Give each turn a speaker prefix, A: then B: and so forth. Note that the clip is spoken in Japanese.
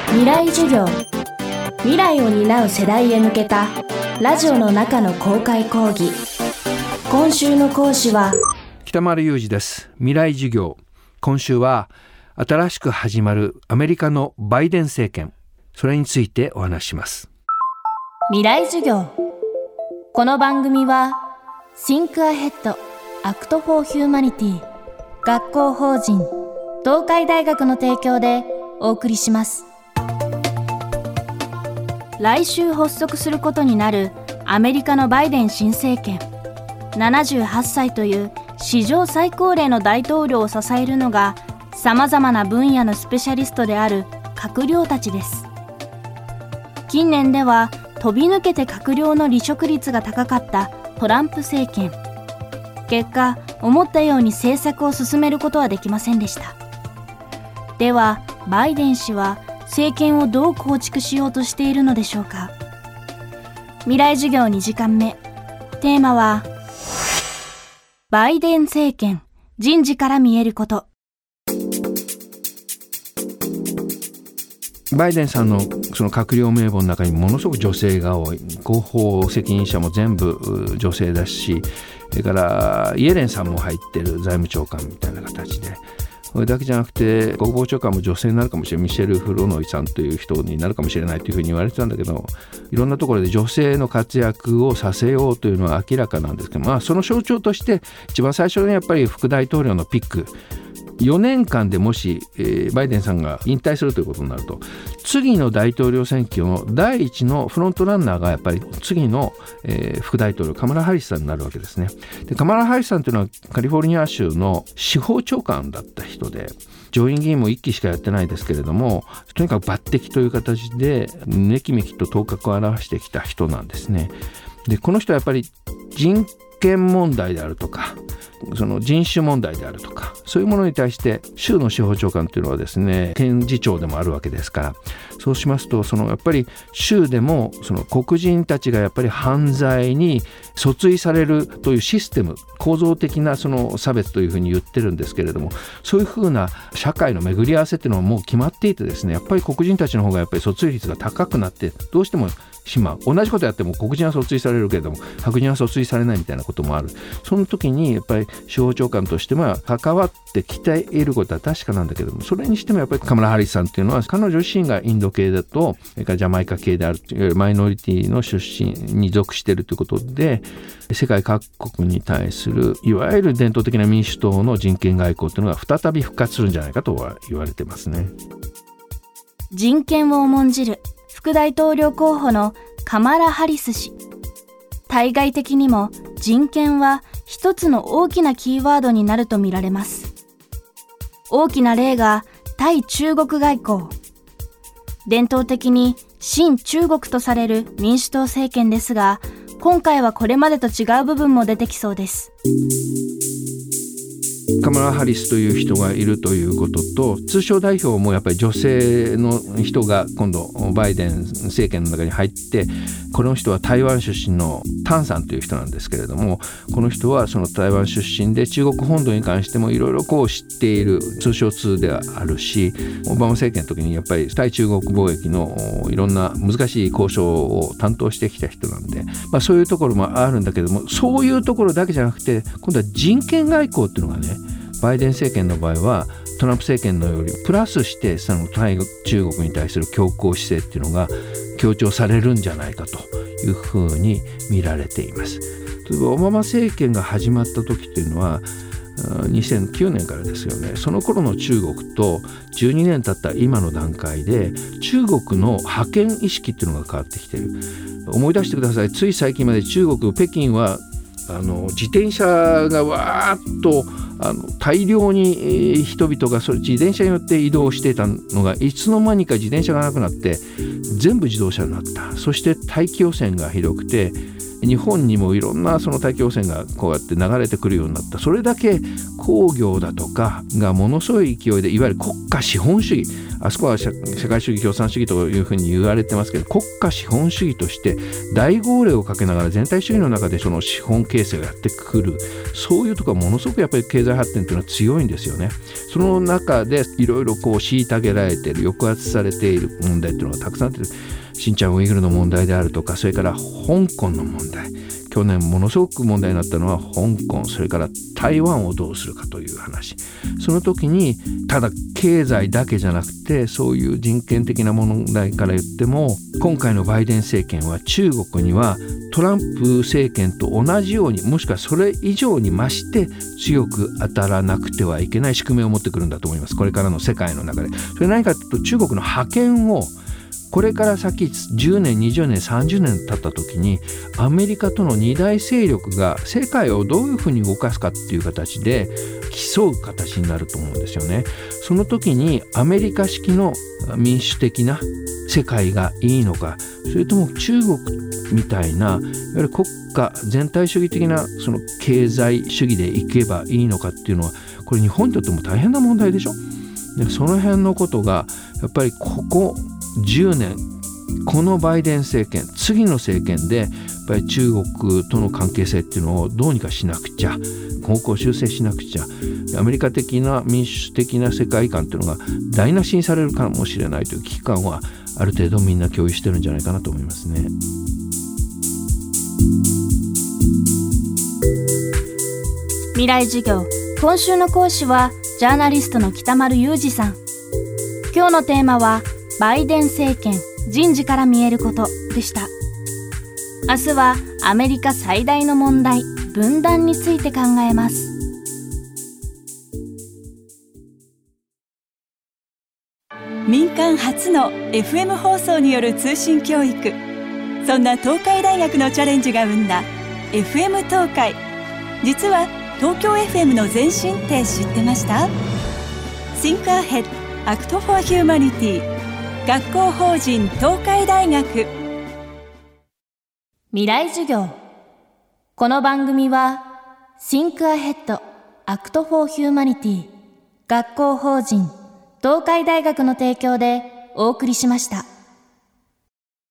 A: 未来授業。未来を担う世代へ向けたラジオの中の公開講義。今週の講師は
B: 北丸裕二です。未来授業。今週は新しく始まるアメリカのバイデン政権、それについてお話しします。
A: 未来授業。この番組は Think Ahead Act for Humanity 学校法人東海大学の提供でお送りします。来週発足することになるアメリカのバイデン新政権。78歳という史上最高齢の大統領を支えるのがさまざまな分野のスペシャリストである閣僚たちです。近年では飛び抜けて閣僚の離職率が高かったトランプ政権。結果、思ったように政策を進めることはできませんでした。では、バイデン氏は政権をどう構築しようとしているのでしょうか。未来授業2時間目。テーマは、バイデン政権、人事から見えること。
B: バイデンさんのその閣僚名簿の中にものすごく女性が多い。広報責任者も全部女性だし、それからイエレンさんも入ってる、財務長官みたいな形で。これだけじゃなくて国防長官も女性になるかもしれない。ミシェル・フロノイさんという人になるかもしれないというふうに言われてたんだけど、いろんなところで女性の活躍をさせようというのは明らかなんですけど、その象徴として一番最初にやっぱり副大統領のピック、4年間でもし、バイデンさんが引退するということになると、次の大統領選挙の第一のフロントランナーがやっぱり次の、副大統領カマラ・ハリスさんになるわけですね。でカマラ・ハリスさんというのはカリフォルニア州の司法長官だった人で、上院議員も1期しかやってないですけれども、とにかく抜擢という形でめきめきと頭角を現してきた人なんですね。でこの人はやっぱり人権問題であるとか、その人種問題であるとか、そういうものに対して州の司法長官というのはですね、検事長でもあるわけですから、そうしますとやっぱり州でもその黒人たちがやっぱり犯罪に訴追されるというシステム、構造的なその差別というふうに言ってるんですけれども、そういうふうな社会の巡り合わせっていうのはもう決まっていてですね、やっぱり黒人たちの方がやっぱり訴追率が高くなって、どうしても同じことやっても黒人は訴追されるけれども白人は訴追されないみたいなこともある。その時にやっぱり司法長官としては関わってきていることは確かなんだけども、それにしてもやっぱりカマラ・ハリスさんっていうのは彼女自身がインド系だと、それからジャマイカ系であるというマイノリティの出身に属しているということで、世界各国に対するいわゆる伝統的な民主党の人権外交というのが再び復活するんじゃないかとは言われてますね。
A: 人権を重んじる副大統領候補のカマラ・ハリス氏。対外的にも人権は一つの大きなキーワードになると見られます。大きな例が対中国外交。伝統的に親中国とされる民主党政権ですが、今回はこれまでと違う部分も出てきそうです。
B: カマラ・ハリスという人がいるということと、通商代表もやっぱり女性の人が今度バイデン政権の中に入って、この人は台湾出身のタンさんという人なんですけれども、この人はその台湾出身で中国本土に関してもいろいろ知っている通商通ではあるし、オバマ政権の時にやっぱり対中国貿易のいろんな難しい交渉を担当してきた人なんで、そういうところもあるんだけども、そういうところだけじゃなくて今度は人権外交っていうのがね、バイデン政権の場合はトランプ政権のよりプラスしてその対中国に対する強硬姿勢っていうのが強調されるんじゃないかというふうに見られています。例えばオバマ政権が始まった時っていうのは2009年からですよね。その頃の中国と12年経った今の段階で中国の覇権意識っていうのが変わってきている。思い出してください。つい最近まで中国北京は自転車がわーっと大量に人々が自転車によって移動していたのが、いつの間にか自転車がなくなって全部自動車になった。そして大気汚染がひどくて、日本にもいろんなその大気汚染がこうやって流れてくるようになった。それだけ工業だとかがものすごい勢いで、いわゆる国家資本主義、あそこは社会主義共産主義というふうに言われてますけど、国家資本主義として大号令をかけながら全体主義の中でその資本形成をやってくる、そういうところはものすごくやっぱり経済発展というのは強いんですよね。その中でいろいろ虐げられている、抑圧されている問題というのがたくさんあって、新疆ウイグルの問題であるとか、それから香港の問題、去年ものすごく問題になったのは香港、それから台湾をどうするかという話。その時にただ経済だけじゃなくて、そういう人権的な問題から言っても、今回のバイデン政権は中国にはトランプ政権と同じように、もしくはそれ以上に増して強く当たらなくてはいけない宿命を持ってくるんだと思います。これからの世界の中で。それ何かというと、中国の覇権をこれから先10年20年30年経った時に、アメリカとの二大勢力が世界をどういうふうに動かすかっていう形で競う形になると思うんですよね。その時にアメリカ式の民主的な世界がいいのか、それとも中国みたいないわゆる国家全体主義的なその経済主義でいけばいいのかっていうのは、これ日本にとっても大変な問題でしょ。でその辺のことがやっぱりここ10年、このバイデン政権、次の政権でやっぱり中国との関係性っていうのをどうにかしなくちゃ、方向修正しなくちゃ、アメリカ的な民主的な世界観っていうのが台無しにされるかもしれないという危機感はある程度みんな共有してるんじゃないかなと思いますね。
A: 未来授業、今週の講師はジャーナリストの北丸裕二さん。今日のテーマはバイデン政権、人事から見えることでした。明日はアメリカ最大の問題、分断について考えます。
C: 民間初の FM 放送による通信教育。そんな東海大学のチャレンジが生んだ FM 東海。実は東京 FM の前身って知ってました？ Think Ahead Act for Humanity 学校法人東海大学。
A: 未来授業。この番組は Think Ahead Act for Humanity 学校法人東海大学の提供でお送りしました。